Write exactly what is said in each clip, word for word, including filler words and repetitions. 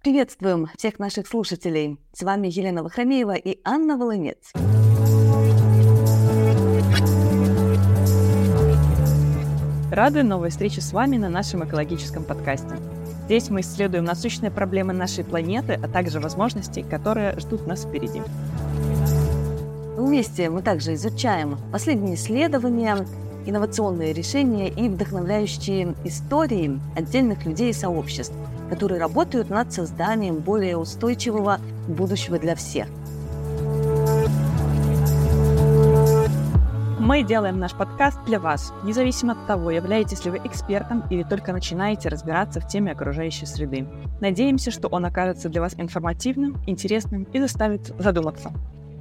Приветствуем всех наших слушателей. С вами Елена Вахромеева и Анна Волынец. Рады новой встрече с вами на нашем экологическом подкасте. Здесь мы исследуем насущные проблемы нашей планеты, а также возможности, которые ждут нас впереди. Вместе мы также изучаем последние исследования, инновационные решения и вдохновляющие истории отдельных людей и сообществ, которые работают над созданием более устойчивого будущего для всех. Мы делаем наш подкаст для вас, независимо от того, являетесь ли вы экспертом или только начинаете разбираться в теме окружающей среды. Надеемся, что он окажется для вас информативным, интересным и заставит задуматься.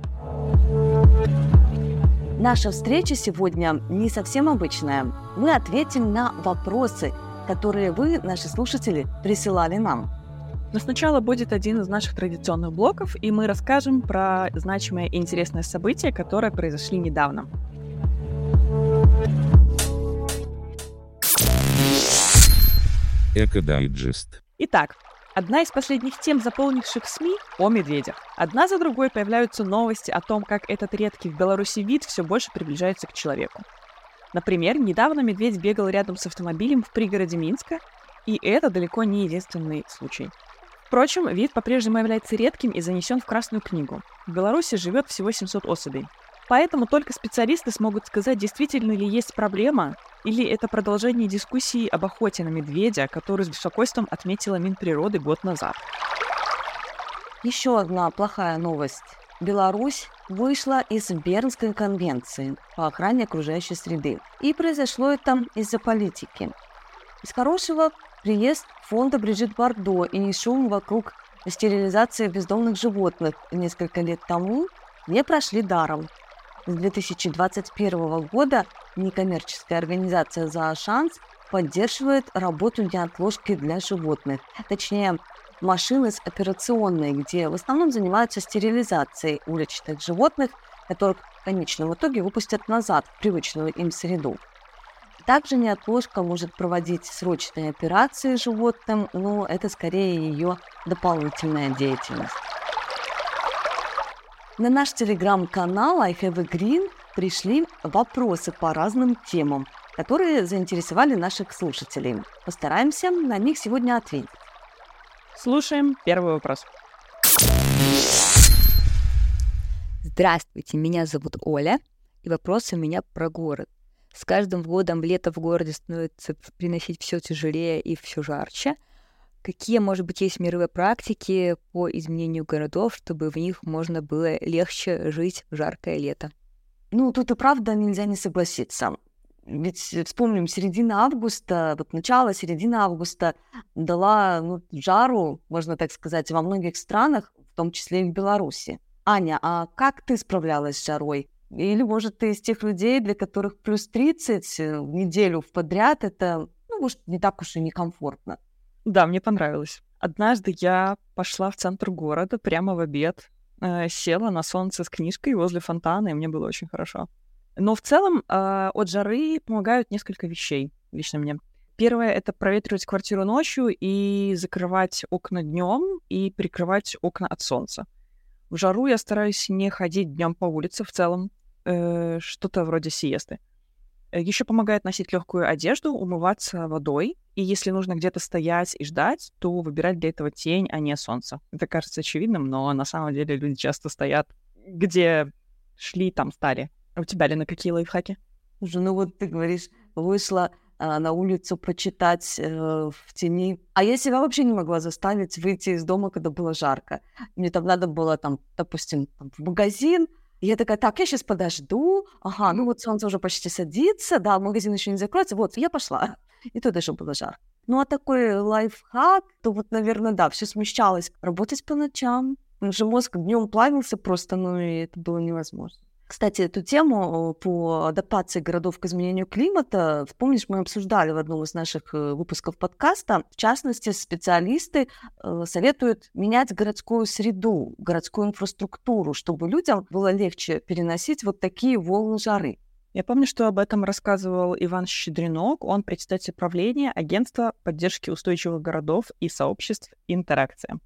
Наша встреча сегодня не совсем обычная. Мы ответим на вопросы, которые вы, наши слушатели, присылали нам. Но сначала будет один из наших традиционных блоков, и мы расскажем про значимые и интересные события, которые произошли недавно. Экодайджест. Итак, одна из последних тем, заполнивших СМИ, о медведях. Одна за другой появляются новости о том, как этот редкий в Беларуси вид все больше приближается к человеку. Например, недавно медведь бегал рядом с автомобилем в пригороде Минска, и это далеко не единственный случай. Впрочем, вид по-прежнему является редким и занесен в Красную книгу. В Беларуси живет всего семьсот особей. Поэтому только специалисты смогут сказать, действительно ли есть проблема, или это продолжение дискуссии об охоте на медведя, которую с беспокойством отметила Минприроды год назад. Еще одна плохая новость. Беларусь вышла из Бернской конвенции по охране окружающей среды. И произошло это из-за политики. Из хорошего приезд фонда Брижит Бардо и шум вокруг стерилизации бездомных животных несколько лет тому не прошли даром. С две тысячи двадцать первого года некоммерческая организация «Зоошанс» поддерживает работу неотложки для животных. Точнее, машины с операционной, где в основном занимаются стерилизацией уличных животных, которых в конечном итоге выпустят назад в привычную им среду. Также неотложка может проводить срочные операции животным, но это скорее ее дополнительная деятельность. На наш телеграм-канал I Have a Green пришли вопросы по разным темам, которые заинтересовали наших слушателей. Постараемся на них сегодня ответить. Слушаем первый вопрос. Здравствуйте, меня зовут Оля, и вопрос у меня про город. С каждым годом лето в городе становится приносить все тяжелее и все жарче. Какие, может быть, есть мировые практики по изменению городов, чтобы в них можно было легче жить в жаркое лето? Ну, тут и правда нельзя не согласиться. Ведь вспомним, середина августа, вот начало, середина августа дала ну, жару, можно так сказать, во многих странах, в том числе и в Беларуси. Аня, а как ты справлялась с жарой? Или, может, ты из тех людей, для которых плюс тридцать в неделю в подряд, это, ну, может, не так уж и некомфортно? Да, мне понравилось. Однажды я пошла в центр города прямо в обед, э, села на солнце с книжкой возле фонтана, и мне было очень хорошо. Но в целом э, от жары помогают несколько вещей лично мне. Первое — это проветривать квартиру ночью и закрывать окна днем и прикрывать окна от солнца. В жару я стараюсь не ходить днем по улице в целом, э, что-то вроде сиесты. Еще помогает носить легкую одежду, умываться водой, и если нужно где-то стоять и ждать, то выбирать для этого тень, а не солнце. Это кажется очевидным, но на самом деле люди часто стоят, где шли, там стали. А у тебя, Лена, какие лайфхаки? Уже, ну вот ты говоришь, вышла а, на улицу почитать э, в тени. А я себя вообще не могла заставить выйти из дома, когда было жарко. Мне там надо было, там, допустим, там, в магазин. И я такая, так, я сейчас подожду. Ага, ну вот солнце уже почти садится, да, магазин еще не закроется. Вот, я пошла. И то даже было жарко. Ну, а такой лайфхак, то вот, наверное, да, все смещалось. Работать по ночам. Потому что мозг днем плавился просто, ну, и это было невозможно. Кстати, эту тему по адаптации городов к изменению климата, помнишь, мы обсуждали в одном из наших выпусков подкаста. В частности, специалисты советуют менять городскую среду, городскую инфраструктуру, чтобы людям было легче переносить вот такие волны жары. Я помню, что об этом рассказывал Иван Щедринок. Он председатель правления Агентства поддержки устойчивых городов и сообществ «Интеракция».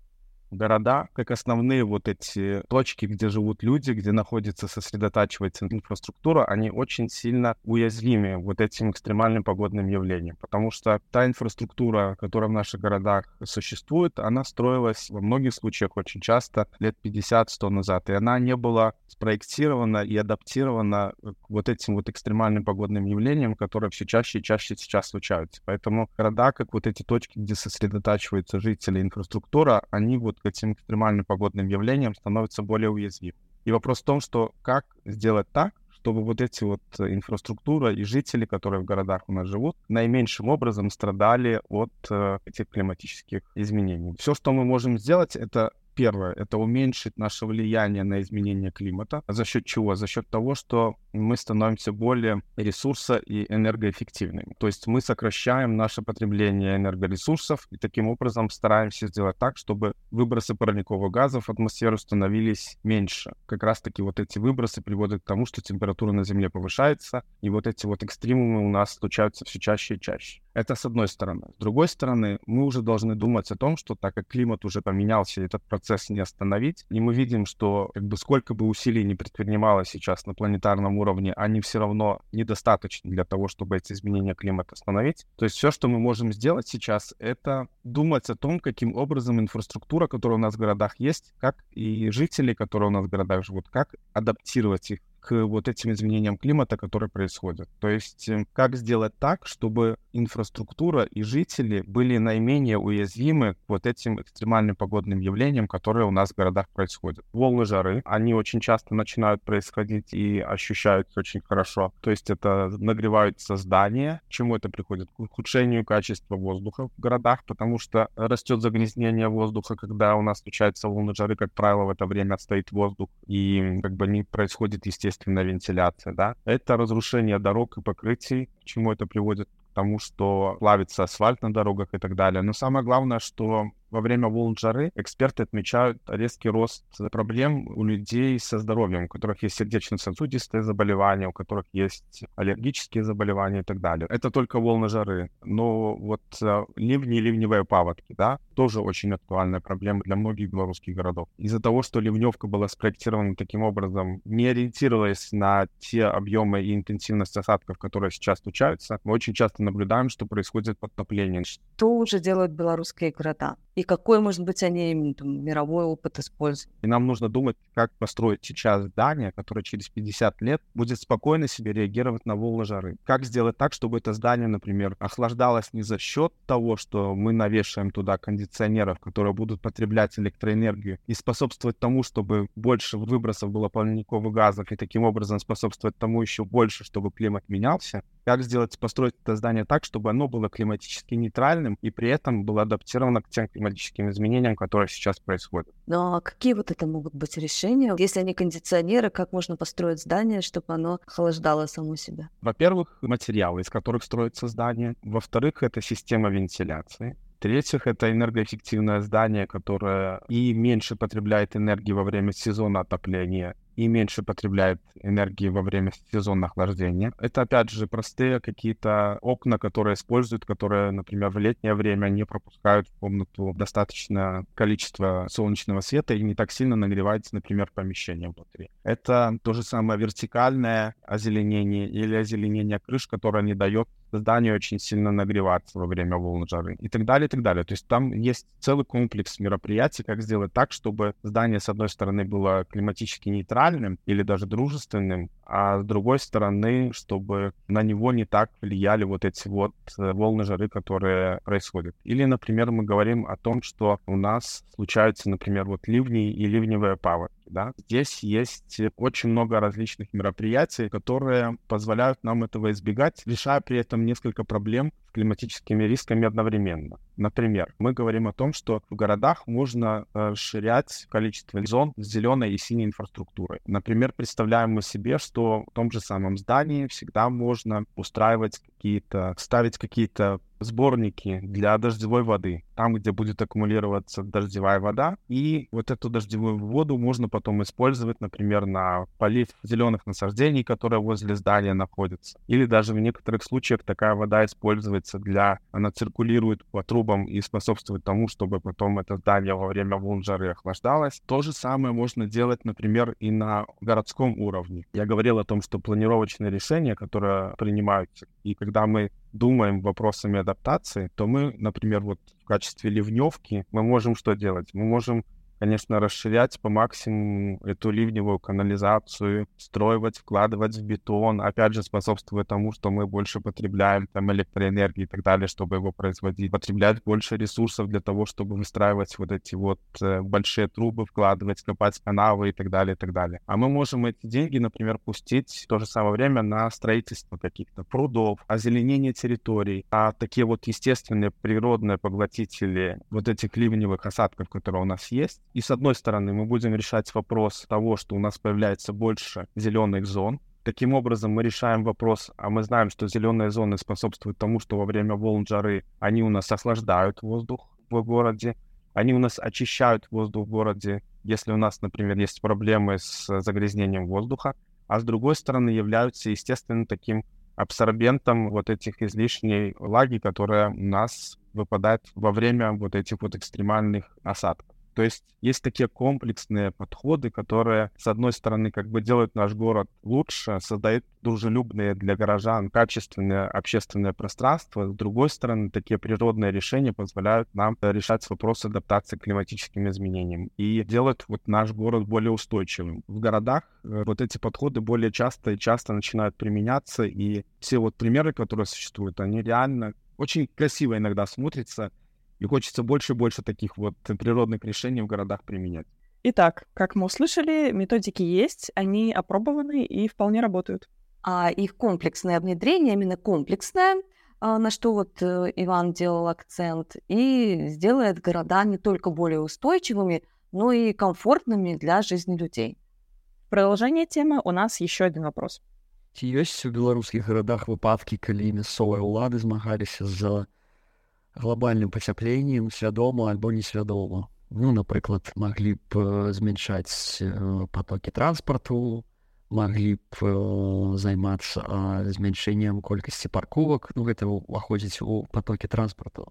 города, как основные вот эти точки, где живут люди, где находится, сосредотачивается инфраструктура, они очень сильно уязвимы вот этим экстремальным погодным явлениям, потому что та инфраструктура, которая в наших городах существует, она строилась во многих случаях очень часто лет пятьдесят-сто назад, и она не была спроектирована и адаптирована к вот этим вот экстремальным погодным явлениям, которые все чаще и чаще сейчас случаются. Поэтому города, как вот эти точки, где сосредотачиваются жители, инфраструктура, они вот к этим экстремальным погодным явлениям становятся более уязвимы. И вопрос в том, что как сделать так, чтобы вот эти вот инфраструктура и жители, которые в городах у нас живут, наименьшим образом страдали от э, этих климатических изменений. Все, что мы можем сделать, это первое, это уменьшить наше влияние на изменение климата. За счет чего? За счет того, что мы становимся более ресурсо- и энергоэффективными. То есть мы сокращаем наше потребление энергоресурсов и таким образом стараемся сделать так, чтобы выбросы парниковых газов в атмосферу становились меньше. Как раз-таки вот эти выбросы приводят к тому, что температура на Земле повышается, и вот эти вот экстремумы у нас случаются все чаще и чаще. Это с одной стороны. С другой стороны, мы уже должны думать о том, что так как климат уже поменялся, этот процесс не остановить, и мы видим, что как бы сколько бы усилий не предпринималось сейчас на планетарном уровне, они все равно недостаточны для того, чтобы эти изменения климата остановить. То есть все, что мы можем сделать сейчас, это думать о том, каким образом инфраструктура, которая у нас в городах есть, как и жители, которые у нас в городах живут, как адаптировать их к вот этим изменениям климата, которые происходят. То есть как сделать так, чтобы инфраструктура и жители были наименее уязвимы к вот этим экстремальным погодным явлениям, которые у нас в городах происходят. Волны жары, они очень часто начинают происходить и ощущаются очень хорошо. То есть это нагреваются здания. К чему это приходит? К ухудшению качества воздуха в городах, потому что растет загрязнение воздуха, когда у нас случаются волны жары, как правило, в это время стоит воздух, и как бы не происходит естественно вентиляция, да. Это разрушение дорог и покрытий, к чему это приводит? К тому, что плавится асфальт на дорогах и так далее. Но самое главное, что во время волн жары эксперты отмечают резкий рост проблем у людей со здоровьем, у которых есть сердечно-сосудистые заболевания, у которых есть аллергические заболевания и так далее. Это только волны жары. Но вот ливни и ливневые паводки, да, тоже очень актуальная проблема для многих белорусских городов. Из-за того, что ливневка была спроектирована таким образом, не ориентируясь на те объемы и интенсивность осадков, которые сейчас случаются, мы очень часто наблюдаем, что происходит подтопление. Что уже делают белорусские города? И какой, может быть, они там, мировой опыт используют? И нам нужно думать, как построить сейчас здание, которое через пятьдесят лет будет спокойно себе реагировать на волны жары. Как сделать так, чтобы это здание, например, охлаждалось не за счет того, что мы навешаем туда кондиционеров, которые будут потреблять электроэнергию, и способствовать тому, чтобы больше выбросов было парниковых газов, и таким образом способствовать тому еще больше, чтобы климат менялся. Как сделать, построить это здание так, чтобы оно было климатически нейтральным и при этом было адаптировано к тем климатическим изменениям, которые сейчас происходят. Ну а какие вот это могут быть решения? Если они кондиционеры, как можно построить здание, чтобы оно охлаждало само себя? Во-первых, материалы, из которых строится здание. Во-вторых, это система вентиляции. В-третьих, это энергоэффективное здание, которое и меньше потребляет энергии во время сезона отопления, и меньше потребляет энергии во время сезонного охлаждения. Это, опять же, простые какие-то окна, которые используют, которые, например, в летнее время не пропускают в комнату достаточное количество солнечного света и не так сильно нагревается, например, помещение внутри. Это то же самое вертикальное озеленение или озеленение крыш, которое не дает зданию очень сильно нагреваться во время волн жары и так далее, и так далее. То есть там есть целый комплекс мероприятий, как сделать так, чтобы здание, с одной стороны, было климатически нейтральным или даже дружественным, а с другой стороны, чтобы на него не так влияли вот эти вот волны жары, которые происходят. Или, например, мы говорим о том, что у нас случаются, например, вот ливни и ливневые паводки. Да? Здесь есть очень много различных мероприятий, которые позволяют нам этого избегать, решая при этом несколько проблем с климатическими рисками одновременно. Например, мы говорим о том, что в городах можно расширять количество зон с зеленой и синей инфраструктурой. Например, представляем мы себе, что в том же самом здании всегда можно устраивать какие-то, ставить какие-то сборники для дождевой воды, там, где будет аккумулироваться дождевая вода, и вот эту дождевую воду можно потом использовать, например, на полив зеленых насаждений, которые возле здания находятся, или даже в некоторых случаях такая вода используется для, она циркулирует по трубам и способствует тому, чтобы потом это здание во время волн жары охлаждалось. То же самое можно делать, например, и на городском уровне. Я говорил о том, что планировочные решения, которые принимаются, и когда мы думаем вопросами адаптации, то мы, например, вот в качестве ливневки мы можем что делать? Мы можем, конечно, расширять по максимуму эту ливневую канализацию, строить, вкладывать в бетон, опять же, способствуя тому, что мы больше потребляем там электроэнергии и так далее, чтобы его производить, потреблять больше ресурсов для того, чтобы выстраивать вот эти вот э, большие трубы, вкладывать, копать канавы и так далее, и так далее. А мы можем эти деньги, например, пустить в то же самое время на строительство каких-то прудов, озеленение территорий, а такие вот естественные природные поглотители вот этих ливневых осадков, которые у нас есть. И с одной стороны, мы будем решать вопрос того, что у нас появляется больше зеленых зон. Таким образом, мы решаем вопрос, а мы знаем, что зеленые зоны способствуют тому, что во время волн жары они у нас охлаждают воздух в городе, они у нас очищают воздух в городе, если у нас, например, есть проблемы с загрязнением воздуха, а с другой стороны, являются, естественно, таким абсорбентом вот этих излишней влаги, которая у нас выпадает во время вот этих вот экстремальных осадков. То есть есть такие комплексные подходы, которые, с одной стороны, как бы делают наш город лучше, создают дружелюбные для горожан качественное общественное пространство. С другой стороны, такие природные решения позволяют нам решать вопросы адаптации к климатическим изменениям и делают вот наш город более устойчивым. В городах вот эти подходы более часто и часто начинают применяться, и все вот примеры, которые существуют, они реально очень красиво иногда смотрятся. И хочется больше и больше таких вот природных решений в городах применять. Итак, как мы услышали, методики есть, они опробованы и вполне работают. А их комплексное внедрение, именно комплексное, на что вот Иван делал акцент, и сделает города не только более устойчивыми, но и комфортными для жизни людей. В продолжение темы у нас еще один вопрос. Ці ёсць у беларускіх гарадах выпадкі, калі мясцовыя ўлады змагаліся за глобальным пацяпленнем свядома альбо несвядома. Ну, напрыклад, маглі б зменшаць потокі транспарту, маглі б займацца змяншэннем колькасці парковак, ну, гэта ўваходзіць у потокі транспарту,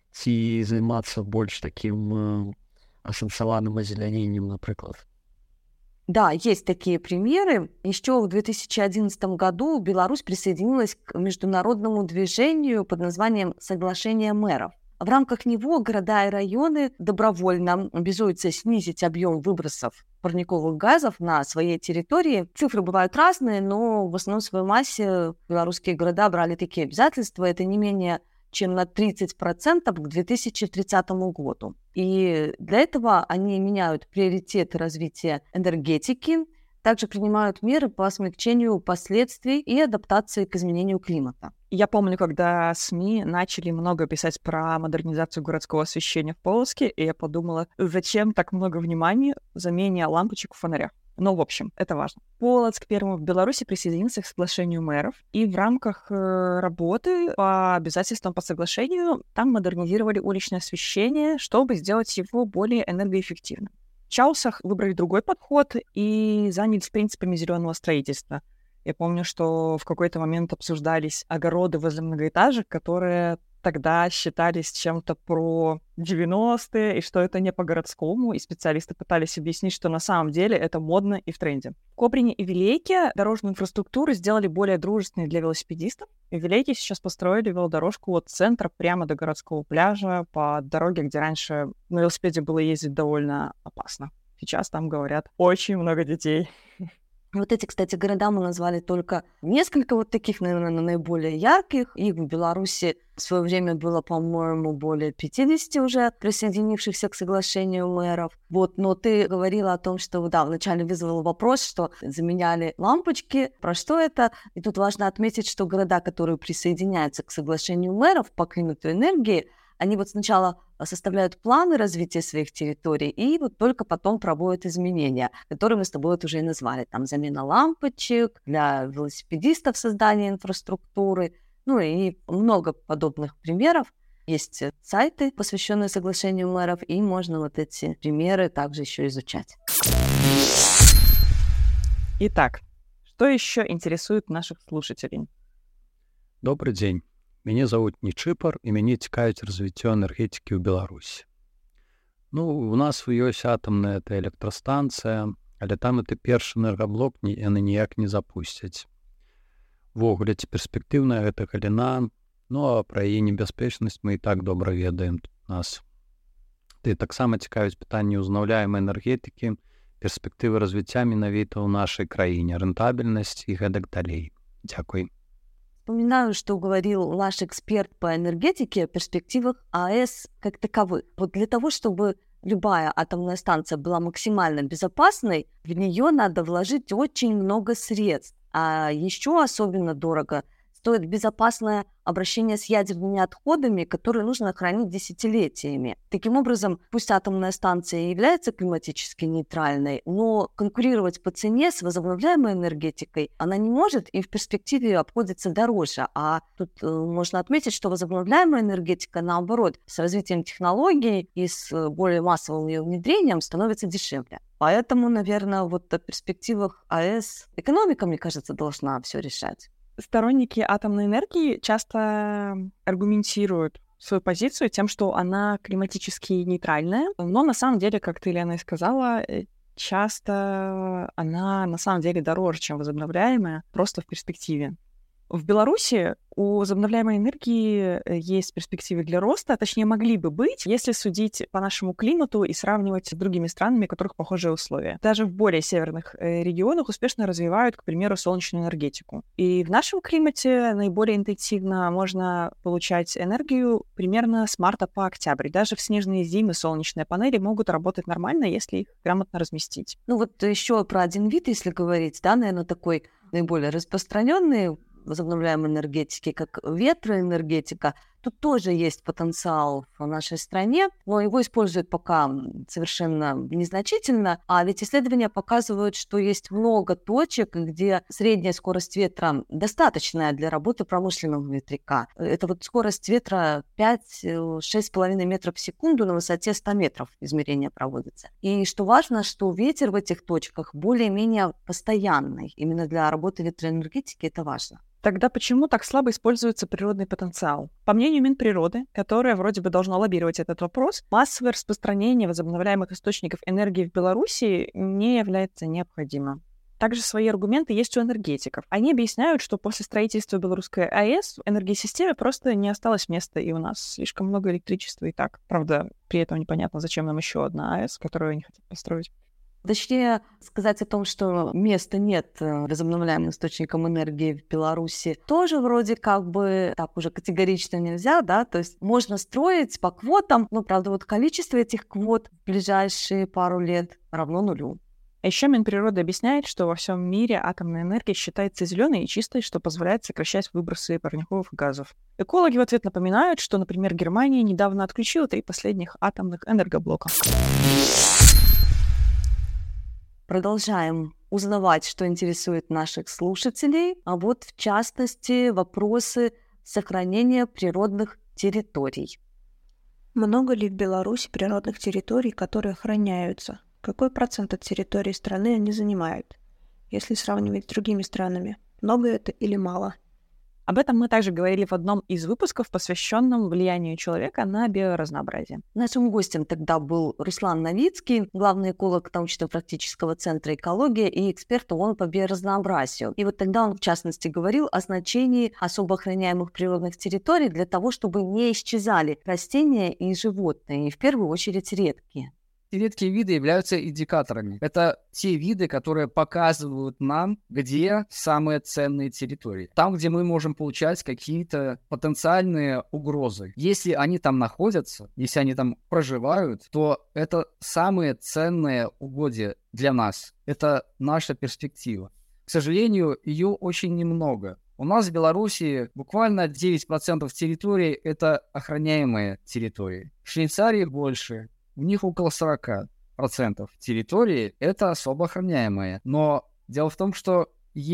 ці займацца больш такім асэнсаваным азеляненнем, напрыклад. Да, есть такие примеры. Еще в две тысячи одиннадцатом году Беларусь присоединилась к международному движению под названием «Соглашение мэров». В рамках него города и районы добровольно обязуются снизить объем выбросов парниковых газов на своей территории. Цифры бывают разные, но в основной своей массе белорусские города брали такие обязательства. Это не менее чем на тридцать процентов к две тысячи тридцатому году. И для этого они меняют приоритеты развития энергетики, также принимают меры по смягчению последствий и адаптации к изменению климата. Я помню, когда СМИ начали много писать про модернизацию городского освещения в Полоцке, и я подумала, зачем так много внимания в замене лампочек в фонарях. Но, в общем, это важно. Полоцк первым в Беларуси присоединился к соглашению мэров, и в рамках э, работы по обязательствам по соглашению там модернизировали уличное освещение, чтобы сделать его более энергоэффективным. В Чаусах выбрали другой подход и занялись принципами зеленого строительства. Я помню, что в какой-то момент обсуждались огороды возле многоэтажек, которые тогда считались чем-то про девяностые, и что это не по-городскому, и специалисты пытались объяснить, что на самом деле это модно и в тренде. В Кобрине и Вилейке дорожную инфраструктуру сделали более дружественной для велосипедистов. И в Вилейке сейчас построили велодорожку от центра прямо до городского пляжа по дороге, где раньше на велосипеде было ездить довольно опасно. Сейчас там, говорят, очень много детей. Вот эти, кстати, города мы назвали только несколько вот таких, наверное, наиболее ярких. Их в Беларуси в свое время было, по-моему, более пятидесяти уже присоединившихся к соглашению мэров. Вот, но ты говорила о том, что, да, вначале вызвал вопрос, что заменяли лампочки. Про что это? И тут важно отметить, что города, которые присоединяются к соглашению мэров по климату и энергии, они вот сначала составляют планы развития своих территорий и вот только потом проводят изменения, которые мы с тобой вот уже и назвали. Там замена лампочек, для велосипедистов создание инфраструктуры, Ну и много подобных примеров. Есть сайты, посвященные соглашению мэров, и можно вот эти примеры также еще изучать. Итак, что еще интересует наших слушателей? Добрый дзень. Мяне завуць Нечыпар, і мяне цікавіць развіццё энергетыкі ў Беларусі. Ну, у нас ёсць атамная это электрастанцыя, але там это першы энергаблок яны ніяк не запусцяць. Увогуле, ці перспектыўная гэта галіна, ну а пра яе небяспечнасць мы і так добра ведаем тут у нас. Ты таксама цікавіць пытанне ўзнаўляемай энергетыкі, перспектывы развіцця менавіта ў нашай краіне, рэнтабельнасць і гэтак далей. Дзякуй. Вспоминаю, что говорил наш эксперт по энергетике о перспективах АЭС как таковых. Вот для того, чтобы любая атомная станция была максимально безопасной, в нее надо вложить очень много средств. А еще особенно дорого стоит безопасное обращение с ядерными отходами, которые нужно хранить десятилетиями. Таким образом, пусть атомная станция и является климатически нейтральной, но конкурировать по цене с возобновляемой энергетикой она не может и в перспективе обходится дороже. А тут э, можно отметить, что возобновляемая энергетика, наоборот, с развитием технологий и с более массовым ее внедрением становится дешевле. Поэтому, наверное, вот о перспективах АЭС экономика, мне кажется, должна все решать. Сторонники атомной энергии часто аргументируют свою позицию тем, что она климатически нейтральная, но на самом деле, как ты, Лена, и сказала, часто она на самом деле дороже, чем возобновляемая, просто в перспективе. В Беларуси у возобновляемой энергии есть перспективы для роста, точнее, могли бы быть, если судить по нашему климату и сравнивать с другими странами, у которых похожие условия. Даже в более северных регионах успешно развивают, к примеру, солнечную энергетику. И в нашем климате наиболее интенсивно можно получать энергию примерно с марта по октябрь. Даже в снежные зимы солнечные панели могут работать нормально, если их грамотно разместить. Ну вот еще про один вид, если говорить, да, наверное, такой наиболее распространенный возобновляемой энергетики, как ветроэнергетика, тут тоже есть потенциал в нашей стране, но его используют пока совершенно незначительно, а ведь исследования показывают, что есть много точек, где средняя скорость ветра достаточная для работы промышленного ветряка. Это вот скорость ветра пять-шесть с половиной метров в секунду на высоте ста метров измерения проводятся. И что важно, что ветер в этих точках более-менее постоянный. Именно для работы ветроэнергетики это важно. Тогда почему так слабо используется природный потенциал? По мнению Минприроды, которое вроде бы должно лоббировать этот вопрос, массовое распространение возобновляемых источников энергии в Беларуси не является необходимым. Также свои аргументы есть у энергетиков. Они объясняют, что после строительства белорусской АЭС в энергосистеме просто не осталось места, и у нас слишком много электричества и так. Правда, при этом непонятно, зачем нам еще одна АЭС, которую они хотят построить. Точнее, сказать о том, что места нет возобновляемым источникам энергии в Беларуси, тоже вроде как бы так уже категорично нельзя, да, то есть можно строить по квотам, но, правда, вот количество этих квот в ближайшие пару лет равно нулю. А еще Минприрода объясняет, что во всем мире атомная энергия считается зеленой и чистой, что позволяет сокращать выбросы парниковых газов. Экологи в ответ напоминают, что, например, Германия недавно отключила три последних атомных энергоблока. Продолжаем узнавать, что интересует наших слушателей, а вот в частности вопросы сохранения природных территорий. Много ли в Беларуси природных территорий, которые охраняются? Какой процент от территории страны они занимают? Если сравнивать с другими странами, много это или мало? Об этом мы также говорили в одном из выпусков, посвященном влиянию человека на биоразнообразие. Нашим гостем тогда был Руслан Новицкий, главный эколог научно-практического центра «Экология» и эксперт ООН по биоразнообразию. И вот тогда он, в частности, говорил о значении особо охраняемых природных территорий для того, чтобы не исчезали растения и животные, и в первую очередь редкие. Редкие виды являются индикаторами. Это те виды, которые показывают нам, где самые ценные территории. Там, где мы можем получать какие-то потенциальные угрозы. Если они там находятся, если они там проживают, то это самые ценные угодья для нас. Это наша перспектива. К сожалению, ее очень немного. У нас в Беларуси буквально девять процентов территорий – это охраняемые территории. В Швейцарии больше. У них около сорок процентов территории — это особо охраняемые. Но дело в том, что есть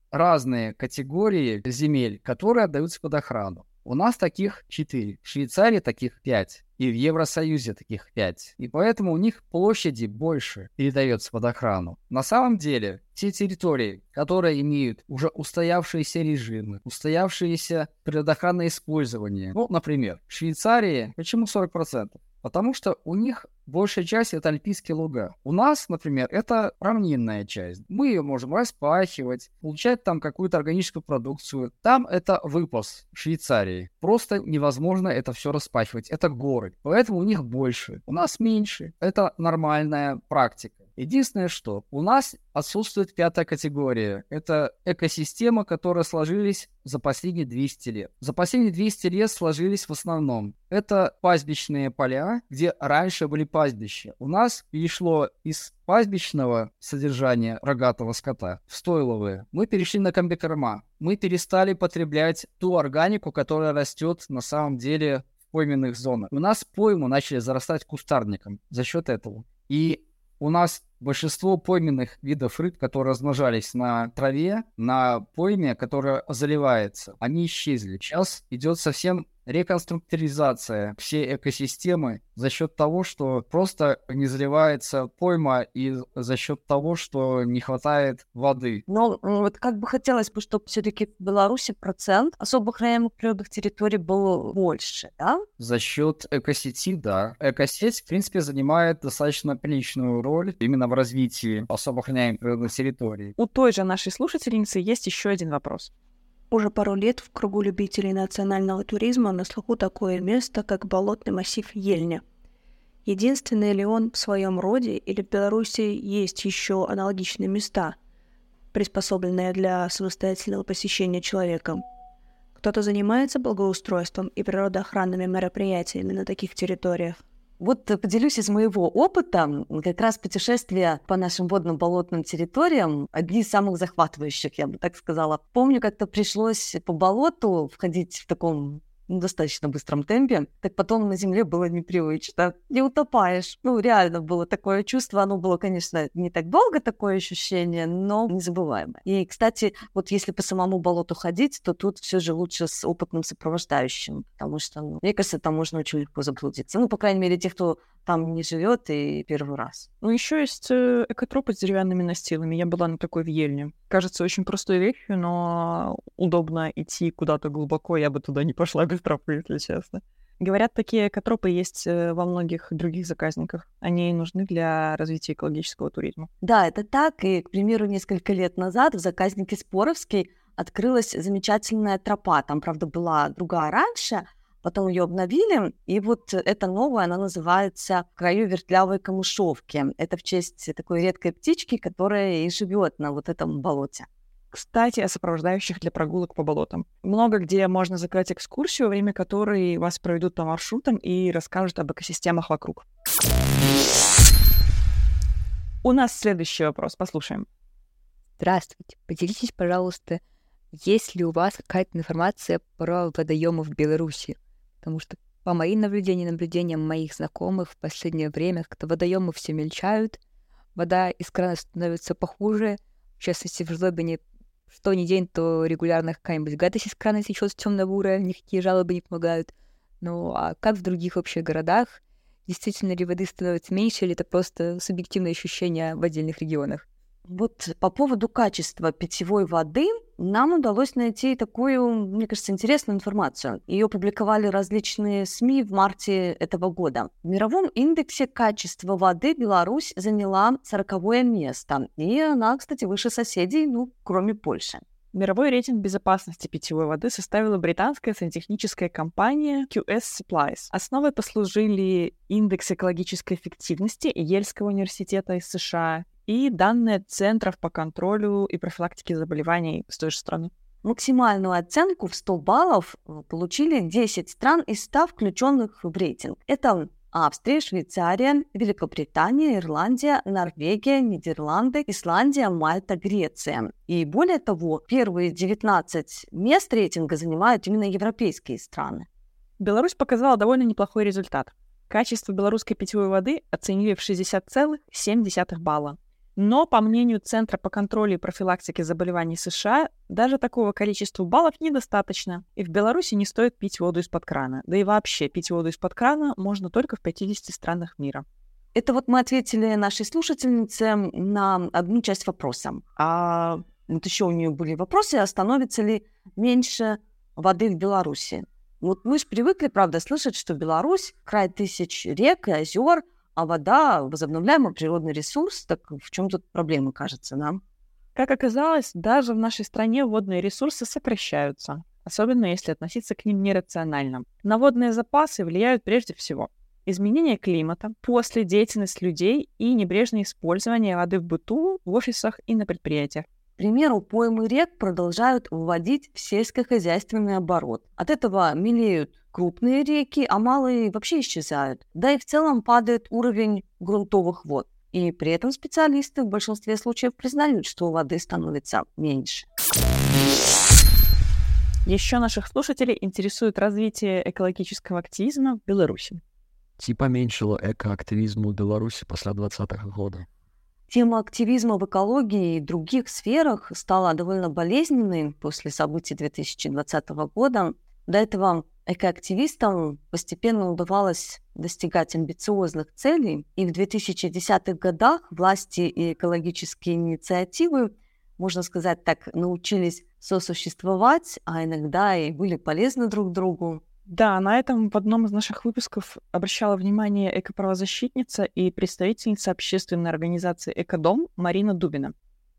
разные категории земель, которые отдаются под охрану. У нас таких четыре, в Швейцарии таких пять, и в Евросоюзе таких пять. И поэтому у них площади больше передается под охрану. На самом деле, те территории, которые имеют уже устоявшиеся режимы, устоявшиеся предохранное использование. Ну, например, в Швейцарии почему сорок процентов? Потому что у них большая часть — это альпийские луга. У нас, например, это равнинная часть. Мы ее можем распахивать, получать там какую-то органическую продукцию. Там это выпас в Швейцарии. Просто невозможно это все распахивать. Это горы. Поэтому у них больше. У нас меньше. Это нормальная практика. Единственное, что у нас отсутствует пятая категория. Это экосистема, которые сложились за последние двести лет. За последние двести лет сложились в основном. Это пастбищные поля, где раньше были пастбища. У нас перешло из пастбищного содержания рогатого скота в стойловые. Мы перешли на комбикорма. Мы перестали потреблять ту органику, которая растет на самом деле в пойменных зонах. У нас поймы начали зарастать кустарником за счет этого. И у нас большинство пойменных видов рыб, которые размножались на траве, на пойме, которая заливается, они исчезли. Сейчас идет совсем реконструктуризация всей экосистемы за счет того, что просто не заливается пойма и за счет того, что не хватает воды. Но вот как бы хотелось бы, чтобы все-таки в Беларуси процент особо охраняемых природных территорий был больше, да? За счет экосети, да. Экосеть, в принципе, занимает достаточно приличную роль именно в развитии особо охраняемых природных территорий. У той же нашей слушательницы есть еще один вопрос. Уже пару лет в кругу любителей национального туризма на слуху такое место, как болотный массив Ельня. Единственный ли он в своем роде, или в Беларуси есть еще аналогичные места, приспособленные для самостоятельного посещения человеком? Кто-то занимается благоустройством и природоохранными мероприятиями на таких территориях? Вот поделюсь из моего опыта. Как раз путешествия по нашим водным болотным территориям одни из самых захватывающих, я бы так сказала. Помню, как-то пришлось по болоту входить в таком ну, достаточно быстром темпе, так потом на земле было непривычно. Не утопаешь. Ну, реально было такое чувство. Оно было, конечно, не так долго, такое ощущение, но незабываемое. И, кстати, вот если по самому болоту ходить, то тут все же лучше с опытным сопровождающим, потому что, ну, мне кажется, там можно очень легко заблудиться. Ну, по крайней мере, те, кто там не живет и первый раз. Ну, еще есть экотропы с деревянными настилами. Я была на такой в Ельне. Кажется, очень простой вещью, но удобно идти куда-то глубоко. Я бы туда не пошла без тропы, если честно. Говорят, такие экотропы есть во многих других заказниках. Они нужны для развития экологического туризма. Да, это так. И, к примеру, несколько лет назад в заказнике Споровский открылась замечательная тропа. Там, правда, была другая раньше, потом ее обновили, и вот эта новая, она называется «В краю вертлявой камышовки». Это в честь такой редкой птички, которая и живет на вот этом болоте. Кстати, о сопровождающих для прогулок по болотам. Много где можно заказать экскурсию, во время которой вас проведут по маршрутам и расскажут об экосистемах вокруг. У нас следующий вопрос, послушаем. Здравствуйте, поделитесь, пожалуйста, есть ли у вас какая-то информация про водоемы в Беларуси? Потому что по моим наблюдениям, наблюдениям моих знакомых в последнее время как-то водоемы все мельчают, вода из крана становится похуже. В частности, в Жлобине что ни день, то регулярно какая-нибудь гадость из крана течет темно-бурая, никакие жалобы не помогают. Ну, а как в других вообще городах? Действительно ли воды становится меньше, или это просто субъективное ощущение в отдельных регионах? Вот по поводу качества питьевой воды нам удалось найти такую, мне кажется, интересную информацию. Ее публиковали различные СМИ в марте этого года. В мировом индексе качества воды Беларусь заняла сороковое место. И она, кстати, выше соседей, ну, кроме Польши. Мировой рейтинг безопасности питьевой воды составила британская сантехническая компания кью эс Supplies. Основой послужили индекс экологической эффективности Ельского университета из США и данные центров по контролю и профилактике заболеваний с той же страны. Максимальную оценку в сто баллов получили десять стран из ста, включенных в рейтинг. Это Австрия, Швейцария, Великобритания, Ирландия, Норвегия, Нидерланды, Исландия, Мальта, Греция. И более того, первые девятнадцать мест рейтинга занимают именно европейские страны. Беларусь показала довольно неплохой результат. Качество белорусской питьевой воды оценили в шестьдесят целых семь десятых балла. Но, по мнению Центра по контролю и профилактике заболеваний США, даже такого количества баллов недостаточно, и в Беларуси не стоит пить воду из-под крана. Да и вообще, пить воду из-под крана можно только в пятидесяти странах мира. Это вот мы ответили нашей слушательнице на одну часть вопроса. А вот еще у нее были вопросы, а становится ли меньше воды в Беларуси? Вот мы же привыкли, правда, слышать, что Беларусь — край тысяч рек и озер, а вода — возобновляемый природный ресурс. Так в чем тут проблема, кажется, нам? Как оказалось, даже в нашей стране водные ресурсы сокращаются, особенно если относиться к ним нерационально. На водные запасы влияют прежде всего изменение климата, после деятельности людей и небрежное использование воды в быту, в офисах и на предприятиях. К примеру, поймы рек продолжают вводить в сельскохозяйственный оборот. От этого мелеют крупные реки, а малые вообще исчезают. Да и в целом падает уровень грунтовых вод. И при этом специалисты в большинстве случаев признают, что воды становится меньше. Еще наших слушателей интересует развитие экологического активизма в Беларуси. Ці паменшыла экоактывізму ў Беларусі пасля двадцатага года? Тема активизма в экологии и других сферах стала довольно болезненной после событий две тысячи двадцатого года. До этого экоактивистам постепенно удавалось достигать амбициозных целей, и в две тысячи десятых годах власти и экологические инициативы, можно сказать так, научились сосуществовать, а иногда и были полезны друг другу. Да, на этом в одном из наших выпусков обращала внимание экоправозащитница и представительница общественной организации «Экодом» Марина Дубина.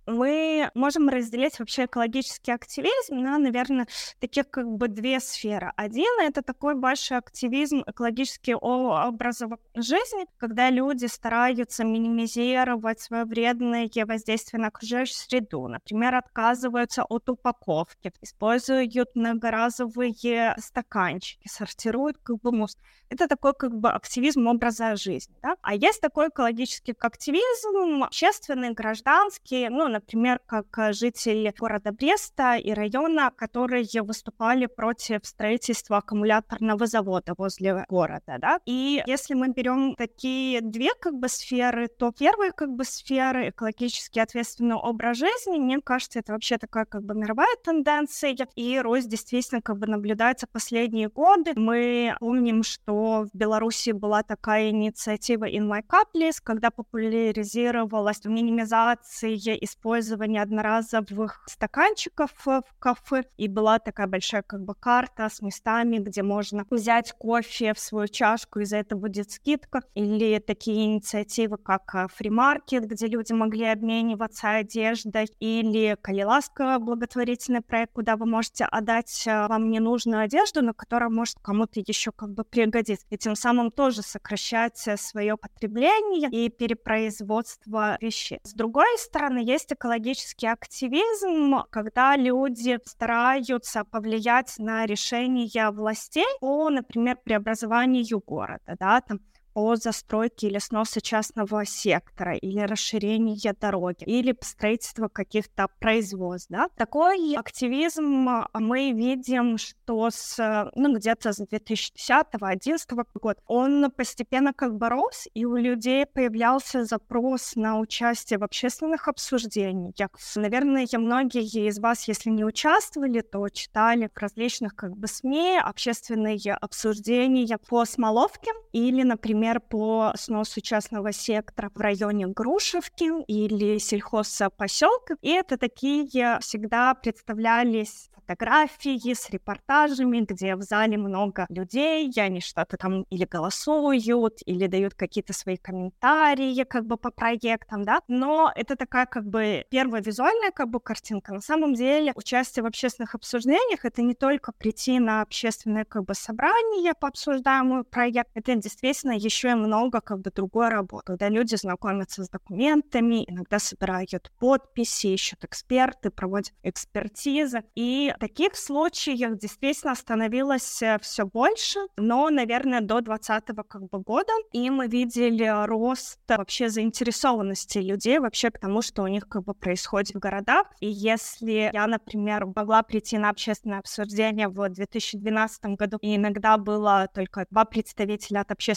Мы можем разделить вообще экологический активизм на, наверное, таких как бы две сферы. Один — это такой большой активизм, экологический образ жизни, когда люди стараются минимизировать свое вредное воздействие на окружающую среду. Например, отказываются от упаковки, используют многоразовые стаканчики, сортируют как бы мусор. Это такой как бы активизм образа жизни. Да? А есть такой экологический активизм, общественный, гражданский, ну, например, как жители города Бреста и района, которые выступали против строительства аккумуляторного завода возле города. Да? И если мы берем такие две как бы сферы, то первая как бы сфера — экологически ответственный образ жизни, мне кажется, это вообще такая как бы мировая тенденция, и рост действительно как бы наблюдается последние годы. Мы помним, что в Беларуси была такая инициатива In My Cup List, когда популяризировалась минимизация использования одноразовых стаканчиков в кафе, и была такая большая как бы карта с местами, где можно взять кофе в свою чашку, и за это будет скидка. Или такие инициативы, как Free Market, где люди могли обмениваться одеждой, или Калиласка, благотворительный проект, куда вы можете отдать вам ненужную одежду, но которая может кому-то еще как бы пригодиться. И тем самым тоже сокращать свое потребление и перепроизводство вещей. С другой стороны, есть экологический активизм, когда люди стараются повлиять на решения властей по, например, преобразованию города, да, там, по застройке или сносу частного сектора, или расширение дороги, или строительство каких-то производств. Да? Такой активизм мы видим, что с, ну, где-то с две тысячи десятого — две тысячи одиннадцатого года он постепенно как бы рос, и у людей появлялся запрос на участие в общественных обсуждениях. Наверное, многие из вас, если не участвовали, то читали в различных как бы СМИ общественные обсуждения по Смоловке или, например, по сносу частного сектора в районе Грушевки или сельхозпоселка. И это такие всегда представлялись фотографии с репортажами, где в зале много людей, и они что-то там или голосуют, или дают какие-то свои комментарии как бы по проектам, да. Но это такая как бы первая визуальная как бы картинка. На самом деле участие в общественных обсуждениях — это не только прийти на общественное как бы собрание по обсуждаемому проекту, это действительно еще и много как бы другой работы, когда люди знакомятся с документами, иногда собирают подписи, ищут эксперты, проводят экспертизы. И таких случаев действительно становилось все больше, но, наверное, до двадцатого как бы года, и мы видели рост вообще заинтересованности людей вообще к тому, что у них как бы происходит в городах. И если я, например, могла прийти на общественное обсуждение в две тысячи двенадцатом году, и иногда было только два представителя от общественной экологической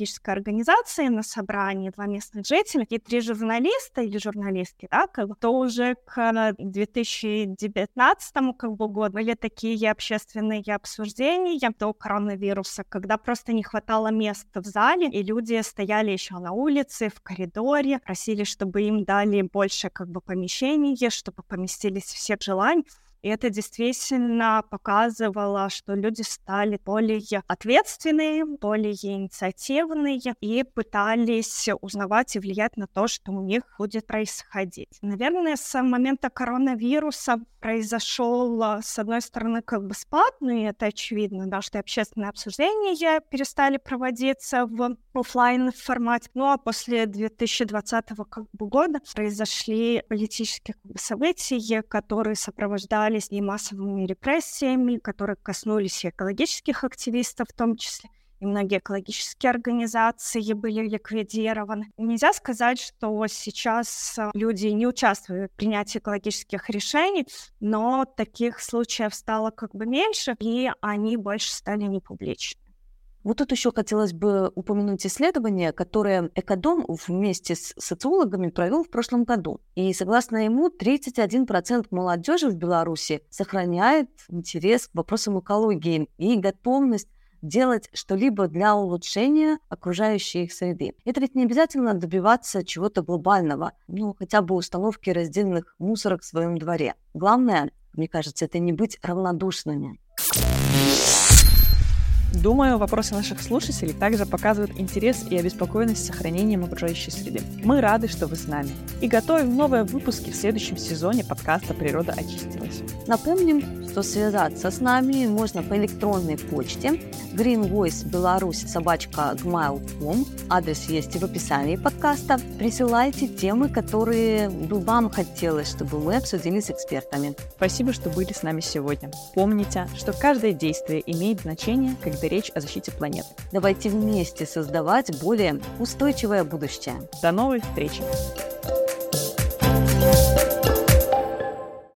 экологической организации на собрании, два местных жителя и три журналиста или журналистки, да, как бы, то уже к две тысячи девятнадцатому как бы, году были такие общественные обсуждения до коронавируса, когда просто не хватало места в зале, и люди стояли еще на улице, в коридоре, просили, чтобы им дали больше как бы помещений, чтобы поместились все желания. И это действительно показывало, что люди стали более ответственные, более инициативные и пытались узнавать и влиять на то, что у них будет происходить. Наверное, с момента коронавируса произошел, с одной стороны, как бы спад, ну и это очевидно, да, что общественные обсуждения перестали проводиться в офлайн формате. Ну а после две тысячи двадцатого как бы, года произошли политические как бы, события, которые сопровождались и массовыми репрессиями, которые коснулись и экологических активистов в том числе. И многие экологические организации были ликвидированы. Нельзя сказать, что сейчас люди не участвуют в принятии экологических решений, но таких случаев стало как бы меньше, и они больше стали непубличны. Вот тут еще хотелось бы упомянуть исследование, которое Экодом вместе с социологами провел в прошлом году. И согласно ему, тридцать один процент молодежи в Беларуси сохраняет интерес к вопросам экологии и готовность делать что-либо для улучшения окружающей их среды. Это ведь не обязательно добиваться чего-то глобального, ну, хотя бы установки раздельных мусорок в своем дворе. Главное, мне кажется, это не быть равнодушными. Думаю, вопросы наших слушателей также показывают интерес и обеспокоенность сохранением окружающей среды. Мы рады, что вы с нами. И готовим новые выпуски в следующем сезоне подкаста «Природа очистилась». Напомним, что связаться с нами можно по электронной почте greenvoicebelarus собака gmail точка com. Адрес есть и в описании подкаста. Присылайте темы, которые бы вам хотелось, чтобы мы обсудили с экспертами. Спасибо, что были с нами сегодня. Помните, что каждое действие имеет значение, когда речь о защите планеты. Давайте вместе создавать более устойчивое будущее. До новых встреч!